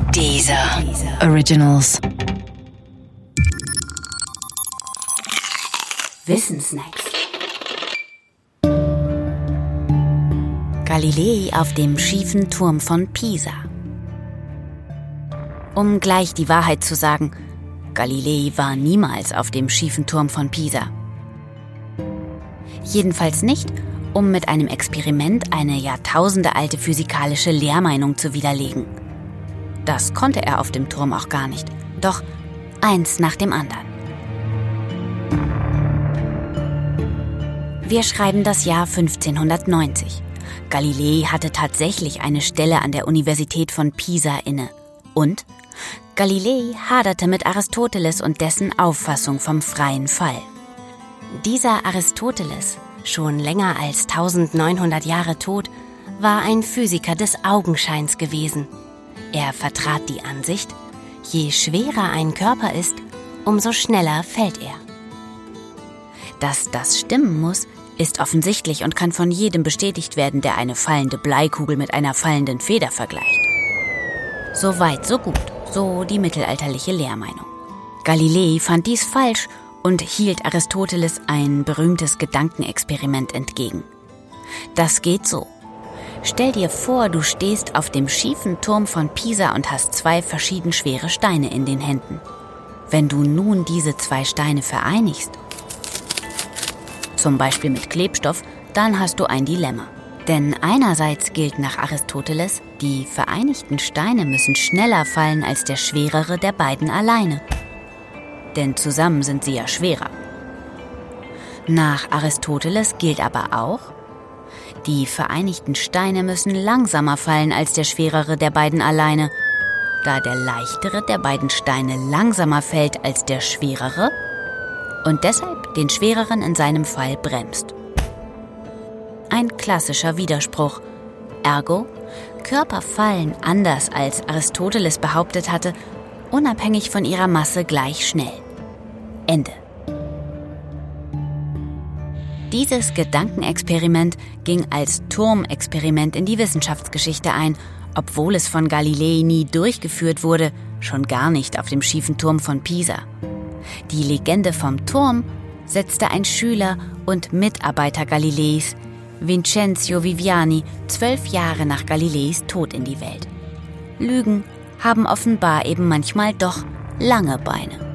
Deezer Originals. Wissensnacks. Galilei auf dem schiefen Turm von Pisa. Um gleich die Wahrheit zu sagen, Galilei war niemals auf dem schiefen Turm von Pisa. Jedenfalls nicht, um mit einem Experiment eine jahrtausendealte physikalische Lehrmeinung zu widerlegen. Das konnte er auf dem Turm auch gar nicht. Doch eins nach dem anderen. Wir schreiben das Jahr 1590. Galilei hatte tatsächlich eine Stelle an der Universität von Pisa inne. Und Galilei haderte mit Aristoteles und dessen Auffassung vom freien Fall. Dieser Aristoteles, schon länger als 1900 Jahre tot, war ein Physiker des Augenscheins gewesen. Er vertrat die Ansicht, je schwerer ein Körper ist, umso schneller fällt er. Dass das stimmen muss, ist offensichtlich und kann von jedem bestätigt werden, der eine fallende Bleikugel mit einer fallenden Feder vergleicht. So weit, so gut, so die mittelalterliche Lehrmeinung. Galilei fand dies falsch und hielt Aristoteles ein berühmtes Gedankenexperiment entgegen. Das geht so. Stell dir vor, du stehst auf dem schiefen Turm von Pisa und hast 2 verschieden schwere Steine in den Händen. Wenn du nun diese 2 Steine vereinigst, zum Beispiel mit Klebstoff, dann hast du ein Dilemma. Denn einerseits gilt nach Aristoteles, die vereinigten Steine müssen schneller fallen als der schwerere der beiden alleine. Denn zusammen sind sie ja schwerer. Nach Aristoteles gilt aber auch, die vereinigten Steine müssen langsamer fallen als der schwerere der beiden alleine, da der leichtere der beiden Steine langsamer fällt als der schwerere und deshalb den schwereren in seinem Fall bremst. Ein klassischer Widerspruch. Ergo, Körper fallen anders als Aristoteles behauptet hatte, unabhängig von ihrer Masse gleich schnell. Ende. Dieses Gedankenexperiment ging als Turmexperiment in die Wissenschaftsgeschichte ein, obwohl es von Galilei nie durchgeführt wurde, schon gar nicht auf dem schiefen Turm von Pisa. Die Legende vom Turm setzte ein Schüler und Mitarbeiter Galileis, Vincenzo Viviani, 12 Jahre nach Galileis Tod in die Welt. Lügen haben offenbar eben manchmal doch lange Beine.